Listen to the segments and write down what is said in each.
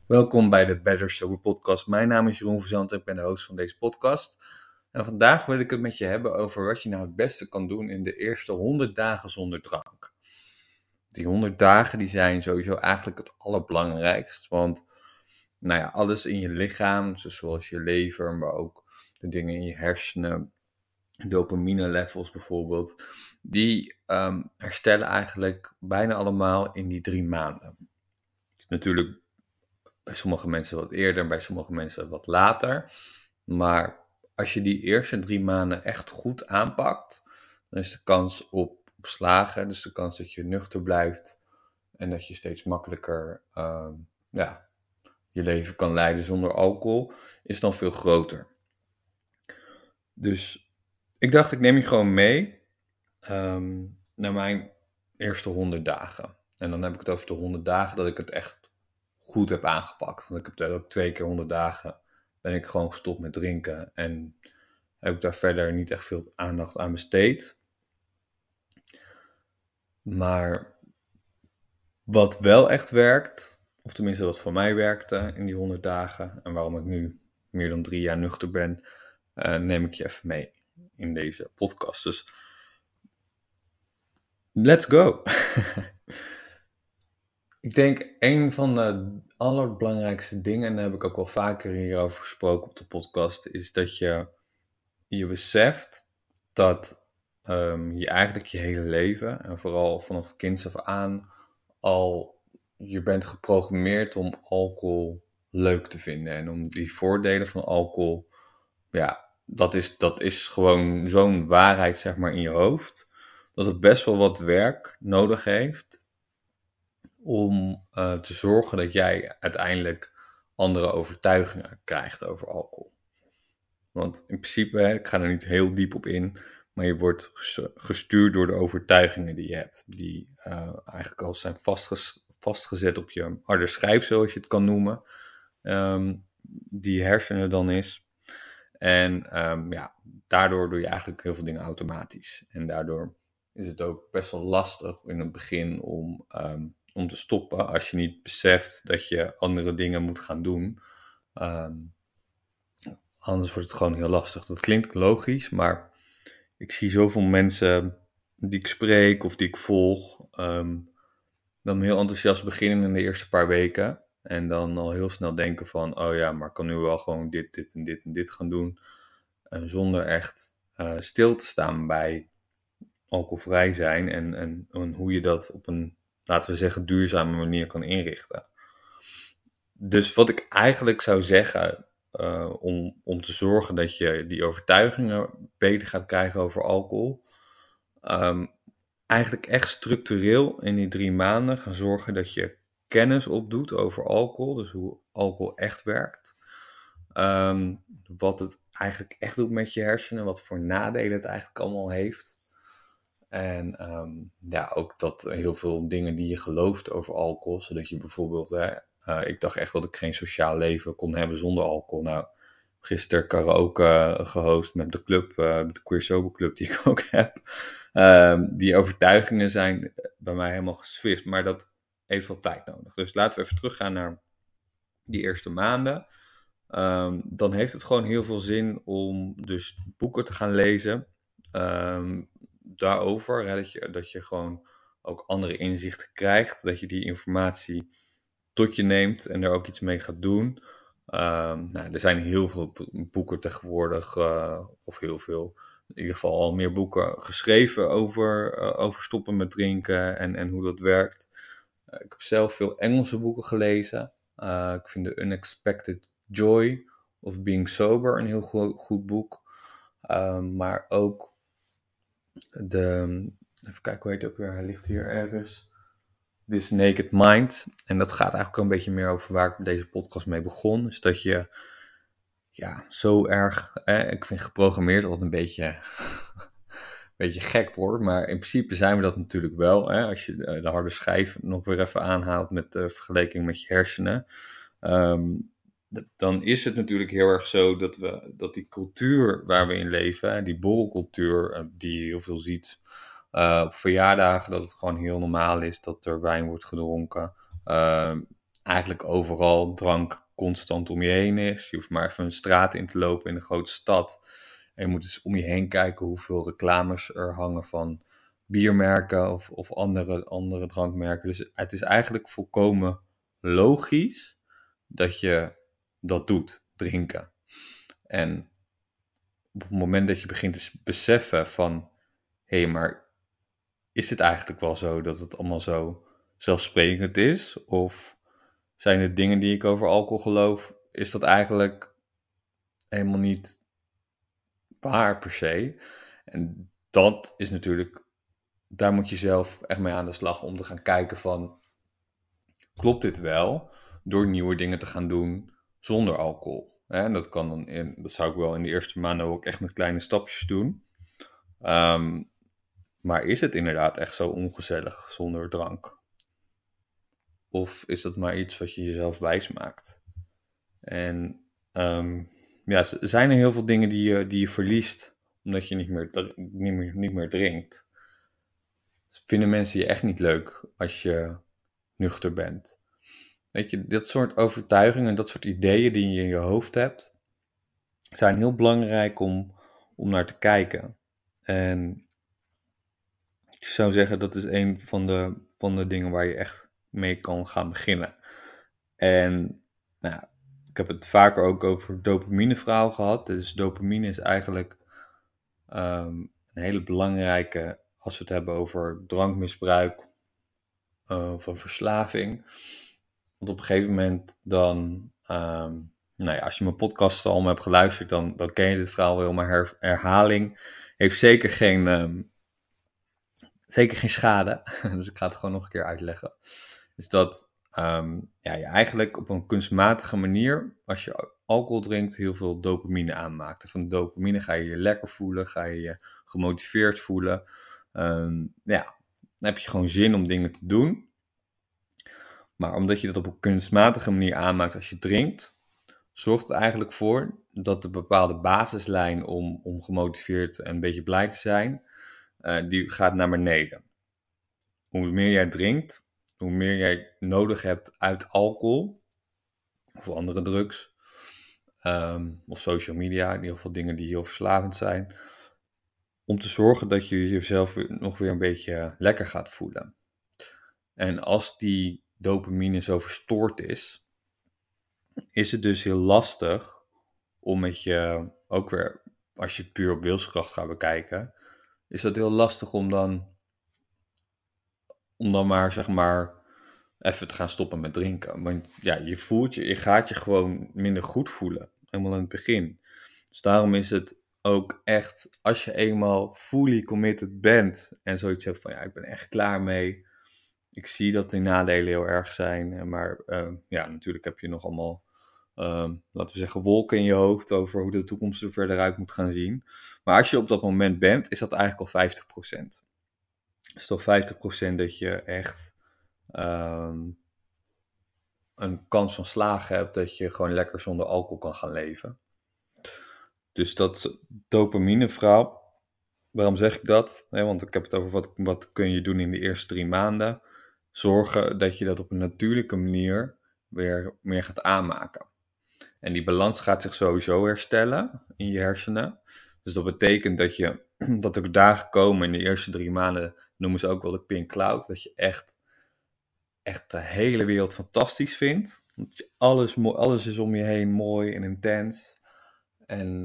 Welkom bij de Better Sober Podcast. Mijn naam is Jeroen Verzant en ik ben de host van deze podcast. En vandaag wil ik het met je hebben over wat je nou het beste kan doen in de eerste 100 dagen zonder drank. Die 100 dagen die zijn sowieso eigenlijk het allerbelangrijkst, want alles in je lichaam, zoals je lever, maar ook de dingen in je hersenen, dopamine levels bijvoorbeeld, die herstellen eigenlijk bijna allemaal in die 3 maanden. Het is natuurlijk bij sommige mensen wat eerder, bij sommige mensen wat later. Maar als je die eerste 3 maanden echt goed aanpakt, dan is de kans op slagen, dus de kans dat je nuchter blijft en dat je steeds makkelijker je leven kan leiden zonder alcohol, is dan veel groter. Dus ik dacht, ik neem je gewoon mee naar mijn eerste 100 dagen. En dan heb ik het over de 100 dagen dat ik het echt goed heb aangepakt. Want ik heb daar ook 2 keer 100 dagen ben ik gewoon gestopt met drinken. En heb ik daar verder niet echt veel aandacht aan besteed. Maar wat wel echt werkt, of tenminste wat voor mij werkte in die 100 dagen, en waarom ik nu meer dan 3 jaar nuchter ben, neem ik je even mee in deze podcast. Dus let's go! Ik denk een van de allerbelangrijkste dingen, en daar heb ik ook wel vaker hierover gesproken op de podcast, is dat je beseft dat je eigenlijk je hele leven, en vooral vanaf kinds af aan, je bent geprogrammeerd om alcohol leuk te vinden. En om die voordelen van alcohol, dat is gewoon zo'n waarheid, zeg maar, in je hoofd, dat het best wel wat werk nodig heeft om te zorgen dat jij uiteindelijk andere overtuigingen krijgt over alcohol. Want in principe, ik ga er niet heel diep op in, maar je wordt gestuurd door de overtuigingen die je hebt. Die eigenlijk al zijn vastgezet op je harde schijf, zoals je het kan noemen. Die hersenen dan is. En daardoor doe je eigenlijk heel veel dingen automatisch. En daardoor is het ook best wel lastig in het begin om te stoppen als je niet beseft dat je andere dingen moet gaan doen. Anders wordt het gewoon heel lastig. Dat klinkt logisch, maar ik zie zoveel mensen die ik spreek of die ik volg, dan heel enthousiast beginnen in de eerste paar weken. En dan al heel snel denken van, oh ja, maar ik kan nu wel gewoon dit en dit en dit gaan doen. Zonder echt stil te staan bij alcoholvrij zijn en hoe je dat op een, laten we zeggen, duurzame manier kan inrichten. Dus wat ik eigenlijk zou zeggen, om te zorgen dat je die overtuigingen beter gaat krijgen over alcohol, eigenlijk echt structureel in die 3 maanden gaan zorgen dat je kennis opdoet over alcohol, dus hoe alcohol echt werkt, wat het eigenlijk echt doet met je hersenen, wat voor nadelen het eigenlijk allemaal heeft. En ook dat heel veel dingen die je gelooft over alcohol, zodat je bijvoorbeeld, ik dacht echt dat ik geen sociaal leven kon hebben zonder alcohol. Nou, gisteren karaoke gehost met de club, de Queer Sober Club die ik ook heb. Die overtuigingen zijn bij mij helemaal geswitcht, maar dat heeft wel tijd nodig. Dus laten we even teruggaan naar die eerste maanden. Dan heeft het gewoon heel veel zin om dus boeken te gaan lezen daarover. Dat je gewoon ook andere inzichten krijgt. Dat je die informatie tot je neemt en er ook iets mee gaat doen. Er zijn heel veel boeken tegenwoordig, of heel veel, in ieder geval al meer boeken geschreven over stoppen met drinken en hoe dat werkt. Ik heb zelf veel Engelse boeken gelezen. Ik vind The Unexpected Joy of Being Sober een heel goed boek. Maar ook even kijken hoe heet het ook weer, hij ligt hier ergens. This Naked Mind. En dat gaat eigenlijk ook een beetje meer over waar ik deze podcast mee begon. Dus dat je zo erg, ik vind geprogrammeerd altijd een beetje gek woord, maar in principe zijn we dat natuurlijk wel. Als je de harde schijf nog weer even aanhaalt met de vergelijking met je hersenen. Dan is het natuurlijk heel erg zo dat die cultuur waar we in leven, die borrelcultuur die je heel veel ziet op verjaardagen, dat het gewoon heel normaal is dat er wijn wordt gedronken. eigenlijk overal drank constant om je heen is. Je hoeft maar even een straat in te lopen in een grote stad. En je moet dus om je heen kijken hoeveel reclames er hangen van biermerken of andere drankmerken. Dus het is eigenlijk volkomen logisch dat je dat doet, drinken. En op het moment dat je begint te beseffen van, hé, maar is het eigenlijk wel zo dat het allemaal zo zelfsprekend is? Of zijn het dingen die ik over alcohol geloof, is dat eigenlijk helemaal niet waar per se? En dat is natuurlijk, daar moet je zelf echt mee aan de slag om te gaan kijken van, klopt dit wel? Door nieuwe dingen te gaan doen zonder alcohol. En dat kan dan dat zou ik wel in de eerste maanden ook echt met kleine stapjes doen. Maar is het inderdaad echt zo ongezellig zonder drank? Of is dat maar iets wat je jezelf wijs maakt? En zijn er heel veel dingen die je verliest omdat je niet meer drinkt? Vinden mensen je echt niet leuk als je nuchter bent? Weet je, dit soort overtuigingen, dat soort ideeën die je in je hoofd hebt, zijn heel belangrijk om naar te kijken. En ik zou zeggen, dat is een van de dingen waar je echt mee kan gaan beginnen. En nou, ik heb het vaker ook over het dopamineverhaal gehad. Dus dopamine is eigenlijk een hele belangrijke, als we het hebben over drankmisbruik of een verslaving. Want op een gegeven moment dan, als je mijn podcast al hebt geluisterd, dan ken je dit verhaal wel, maar herhaling heeft zeker geen schade. Dus ik ga het gewoon nog een keer uitleggen. Dus dat je eigenlijk op een kunstmatige manier, als je alcohol drinkt, heel veel dopamine aanmaakt. En van de dopamine ga je je lekker voelen, ga je je gemotiveerd voelen. Dan heb je gewoon zin om dingen te doen. Maar omdat je dat op een kunstmatige manier aanmaakt als je drinkt, zorgt er eigenlijk voor dat de bepaalde basislijn om gemotiveerd en een beetje blij te zijn, die gaat naar beneden. Hoe meer jij drinkt, hoe meer jij nodig hebt uit alcohol of andere drugs of social media, in ieder geval dingen die heel verslavend zijn, om te zorgen dat je jezelf nog weer een beetje lekker gaat voelen. En als die dopamine zo verstoord is het dus heel lastig om met je, ook weer, als je het puur op wilskracht gaat bekijken, is dat heel lastig om dan maar, zeg maar, even te gaan stoppen met drinken. Want ja, je gaat je gewoon minder goed voelen, helemaal in het begin. Dus daarom is het ook echt, als je eenmaal fully committed bent en zoiets hebt van, ja, ik ben echt klaar mee. Ik zie dat die nadelen heel erg zijn, maar natuurlijk heb je nog allemaal, laten we zeggen, wolken in je hoofd over hoe de toekomst er verder uit moet gaan zien. Maar als je op dat moment bent, is dat eigenlijk al 50%. Dus toch 50% dat je echt een kans van slagen hebt dat je gewoon lekker zonder alcohol kan gaan leven. Dus dat dopamineverhaal, waarom zeg ik dat? Want ik heb het over wat kun je doen in de eerste 3 maanden. Zorgen dat je dat op een natuurlijke manier weer meer gaat aanmaken. En die balans gaat zich sowieso herstellen in je hersenen. Dus dat betekent dat er dagen komen in de eerste 3 maanden, noemen ze ook wel de pink cloud, dat je echt de hele wereld fantastisch vindt. Alles is om je heen mooi en intens. En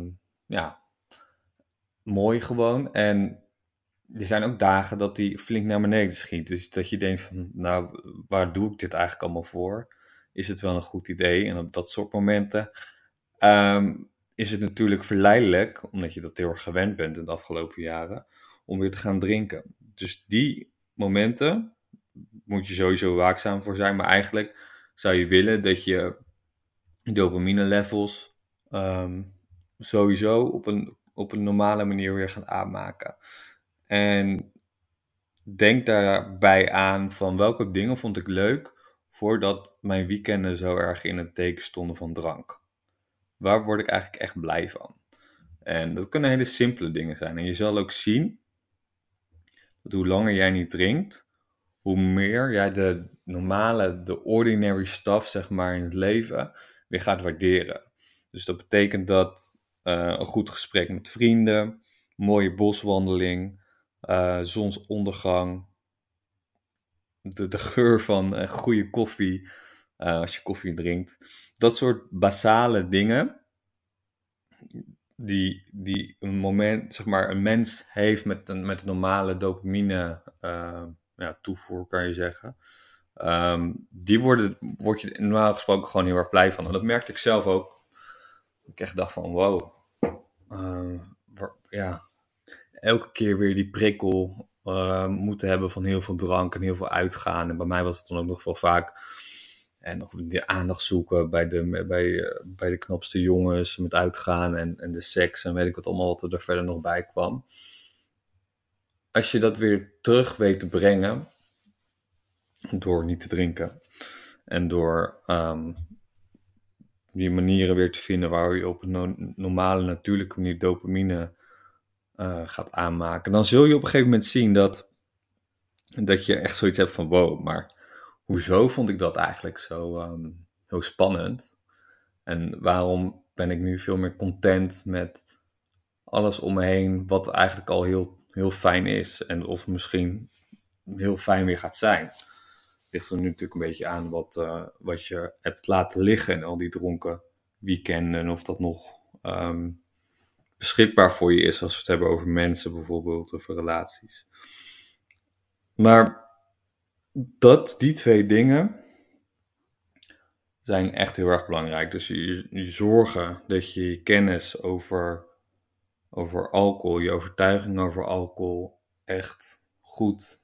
mooi gewoon. En er zijn ook dagen dat die flink naar beneden schiet. Dus dat je denkt van, nou, waar doe ik dit eigenlijk allemaal voor? Is het wel een goed idee? En op dat soort momenten is het natuurlijk verleidelijk, omdat je dat heel erg gewend bent in de afgelopen jaren, om weer te gaan drinken. Dus die momenten moet je sowieso waakzaam voor zijn. Maar eigenlijk zou je willen dat je dopamine levels sowieso op een normale manier weer gaat aanmaken. En denk daarbij aan van welke dingen vond ik leuk voordat mijn weekenden zo erg in het teken stonden van drank. Waar word ik eigenlijk echt blij van? En dat kunnen hele simpele dingen zijn. En je zal ook zien dat hoe langer jij niet drinkt, hoe meer jij normale, de ordinary stuff, zeg maar, in het leven weer gaat waarderen. Dus dat betekent dat een goed gesprek met vrienden, mooie boswandeling, zonsondergang, de geur van goede koffie, als je koffie drinkt. Dat soort basale dingen die een moment, zeg maar, een mens heeft met een normale dopamine toevoer, kan je zeggen. Word je normaal gesproken gewoon heel erg blij van. En dat merkte ik zelf ook. Ik echt dacht van, wow. Elke keer weer die prikkel moeten hebben van heel veel drank en heel veel uitgaan. En bij mij was het dan ook nog wel vaak en nog die aandacht zoeken bij de knapste jongens met uitgaan en de seks en weet ik wat allemaal wat er verder nog bij kwam. Als je dat weer terug weet te brengen door niet te drinken en door die manieren weer te vinden waar je op een normale, natuurlijke manier dopamine gaat aanmaken, dan zul je op een gegeven moment zien dat je echt zoiets hebt van wow, maar hoezo vond ik dat eigenlijk zo spannend? En waarom ben ik nu veel meer content met alles om me heen, wat eigenlijk al heel, heel fijn is en of misschien heel fijn weer gaat zijn? Ligt er nu natuurlijk een beetje aan wat je hebt laten liggen in al die dronken weekenden en of dat nog beschikbaar voor je is als we het hebben over mensen bijvoorbeeld of relaties. Maar die twee dingen zijn echt heel erg belangrijk. Dus je zorgen dat je je kennis over alcohol, je overtuiging over alcohol echt goed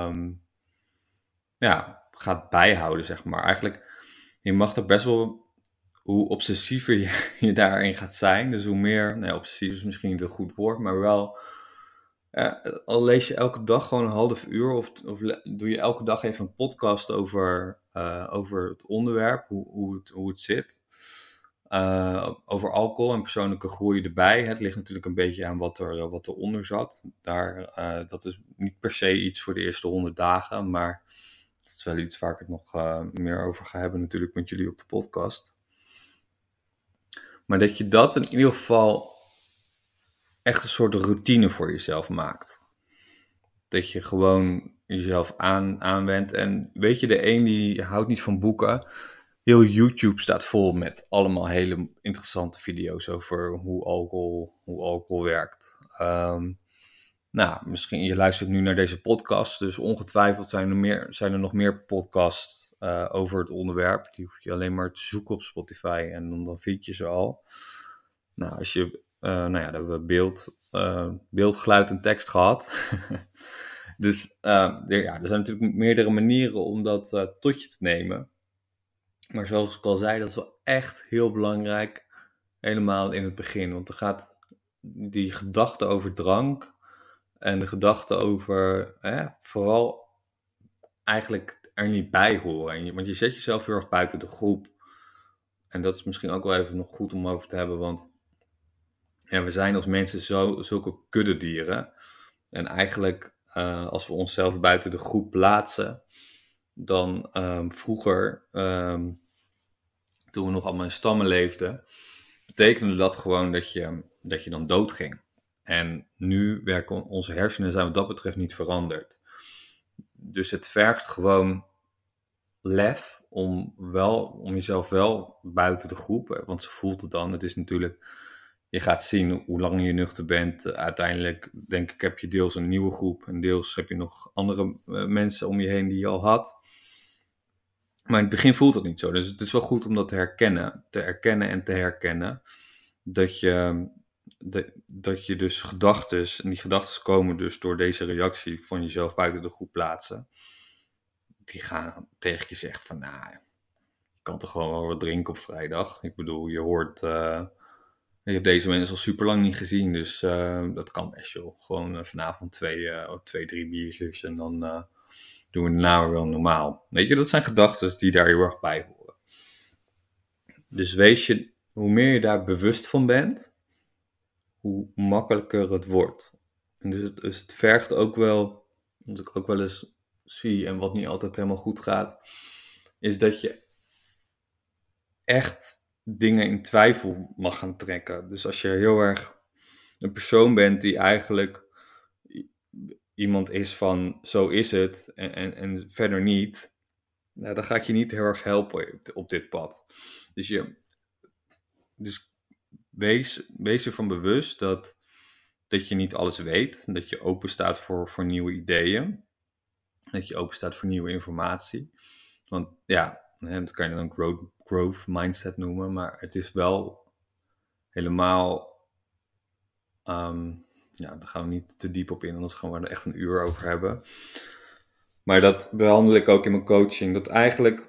gaat bijhouden, zeg maar. Eigenlijk, je mag er best wel, hoe obsessiever je daarin gaat zijn, dus hoe meer, obsessief is misschien niet een goed woord, maar wel, al lees je elke dag gewoon een half uur of doe je elke dag even een podcast over het onderwerp, hoe het zit. Over alcohol en persoonlijke groei erbij. Het ligt natuurlijk een beetje aan wat eronder zat. Dat is niet per se iets voor de eerste 100 dagen, maar dat is wel iets waar ik het nog meer over ga hebben natuurlijk met jullie op de podcast. Maar dat je dat in ieder geval echt een soort routine voor jezelf maakt. Dat je gewoon jezelf aanwendt. En weet je, de een die houdt niet van boeken. Heel YouTube staat vol met allemaal hele interessante video's over hoe alcohol werkt. Misschien je luistert nu naar deze podcast, dus ongetwijfeld zijn er nog meer podcasts over het onderwerp. Die hoef je alleen maar te zoeken op Spotify en dan vind je ze al. Nou, als je, dan hebben we beeld, geluid en tekst gehad. Dus er zijn natuurlijk meerdere manieren om dat tot je te nemen. Maar zoals ik al zei, dat is wel echt heel belangrijk, helemaal in het begin. Want er gaat die gedachte over drank en de gedachte over vooral eigenlijk er niet bij horen. Want je zet jezelf heel erg buiten de groep. En dat is misschien ook wel even nog goed om over te hebben, want we zijn als mensen zulke kuddedieren. En eigenlijk, als we onszelf buiten de groep plaatsen, dan vroeger, toen we nog allemaal in stammen leefden, betekende dat gewoon dat je dan doodging. En nu werken onze hersenen zijn wat dat betreft niet veranderd. Dus het vergt gewoon lef om jezelf wel buiten de groep, want ze voelt het dan. Het is natuurlijk, je gaat zien hoe lang je nuchter bent. Uiteindelijk denk ik heb je deels een nieuwe groep en deels heb je nog andere mensen om je heen die je al had. Maar in het begin voelt het niet zo. Dus het is wel goed om dat te erkennen en te herkennen. Dat je dus gedachtes, en die gedachtes komen dus door deze reactie van jezelf buiten de groep plaatsen. Die gaan tegen je zeggen van, je kan toch gewoon wel wat drinken op vrijdag. Ik bedoel, je hoort, je hebt deze mensen al super lang niet gezien, dus dat kan best wel. Gewoon vanavond 2-3 biertjes en dan doen we daarna wel normaal. Weet je, dat zijn gedachten die daar heel erg bij horen. Dus hoe meer je daar bewust van bent, hoe makkelijker het wordt. En dus het vergt ook wel, wat ik ook wel eens zie en wat niet altijd helemaal goed gaat, is dat je echt dingen in twijfel mag gaan trekken. Dus als je heel erg een persoon bent die eigenlijk iemand is van zo is het en verder niet, nou, dan ga ik je niet heel erg helpen op dit pad. Dus wees ervan bewust dat je niet alles weet. Dat je open staat voor nieuwe ideeën. Dat je open staat voor nieuwe informatie. Want ja, dat kan je dan een growth mindset noemen. Maar het is wel helemaal... daar gaan we niet te diep op in. Anders gaan we er echt een uur over hebben. Maar dat behandel ik ook in mijn coaching. Dat eigenlijk...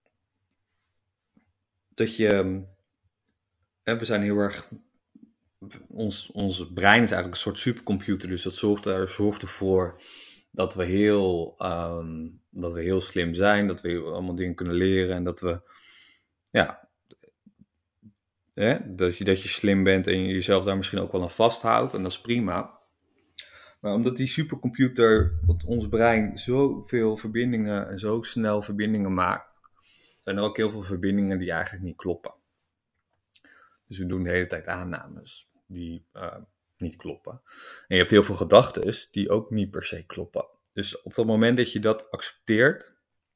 Dat je... we zijn heel erg... Ons brein is eigenlijk een soort supercomputer. Dus dat zorgt ervoor dat we heel slim zijn. Dat we allemaal dingen kunnen leren. En dat we... Ja... dat je slim bent en je jezelf daar misschien ook wel aan vasthoudt. En dat is prima. Maar omdat die supercomputer, ons brein, zoveel verbindingen en zo snel verbindingen maakt, zijn er ook heel veel verbindingen die eigenlijk niet kloppen. Dus we doen de hele tijd aannames die niet kloppen. En je hebt heel veel gedachten die ook niet per se kloppen. Dus op het moment dat je dat accepteert,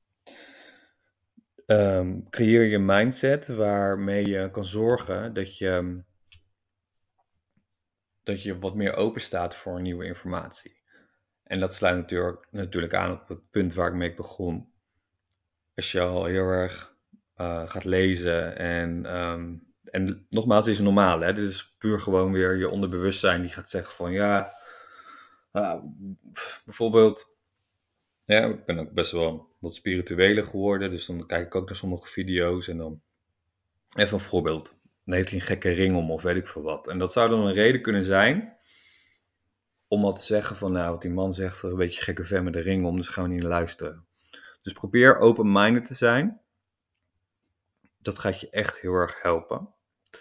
creëer je een mindset waarmee je kan zorgen dat je wat meer open staat voor nieuwe informatie. En dat sluit natuurlijk aan op het punt waar ik mee begon. Als je al heel erg gaat lezen en nogmaals, dit is normaal. Hè? Dit is puur gewoon weer je onderbewustzijn die gaat zeggen van ja, bijvoorbeeld, ja, ik ben ook best wel wat spiritueler geworden, dus dan kijk ik ook naar sommige video's en dan even een voorbeeld. Dan heeft hij een gekke ring om of weet ik veel wat. En dat zou dan een reden kunnen zijn om al te zeggen van nou, wat die man zegt, een beetje gekke vent met de ring om, dus gaan we niet naar luisteren. Dus probeer open-minded te zijn. Dat gaat je echt heel erg helpen.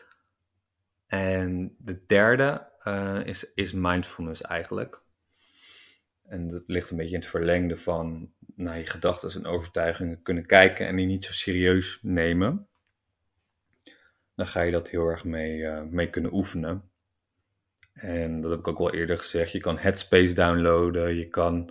En de derde is mindfulness eigenlijk. En dat ligt een beetje in het verlengde van naar je gedachten en overtuigingen kunnen kijken en die niet zo serieus nemen. Dan ga je dat heel erg mee kunnen oefenen. En dat heb ik ook wel eerder gezegd. Je kan Headspace downloaden. Je kan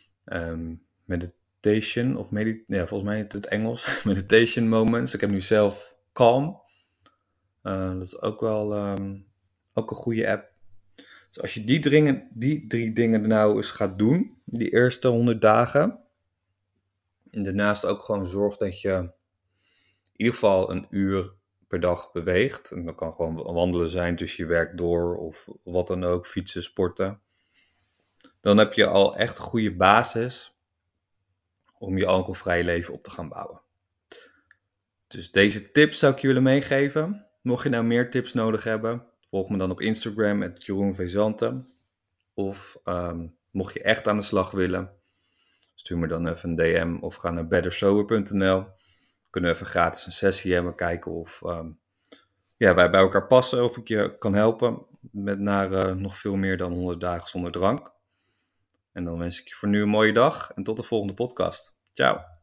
meditation of volgens mij is het Engels. Meditation moments. Ik heb nu zelf Calm. Dat is ook wel ook een goede app. Dus als je die 3 dingen nou eens gaat doen, die eerste 100 dagen. En daarnaast ook gewoon zorg dat je in ieder geval een uur per dag beweegt. En dat kan gewoon wandelen zijn tussen je werk door of wat dan ook, fietsen, sporten. Dan heb je al echt een goede basis om je alcoholvrije leven op te gaan bouwen. Dus deze tips zou ik je willen meegeven. Mocht je nou meer tips nodig hebben, volg me dan op Instagram @JeroenVezanten. Of mocht je echt aan de slag willen, stuur me dan even een DM of ga naar bettersober.nl. Kunnen we even gratis een sessie hebben, kijken of wij bij elkaar passen, of ik je kan helpen naar nog veel meer dan 100 dagen zonder drank. En dan wens ik je voor nu een mooie dag en tot de volgende podcast. Ciao.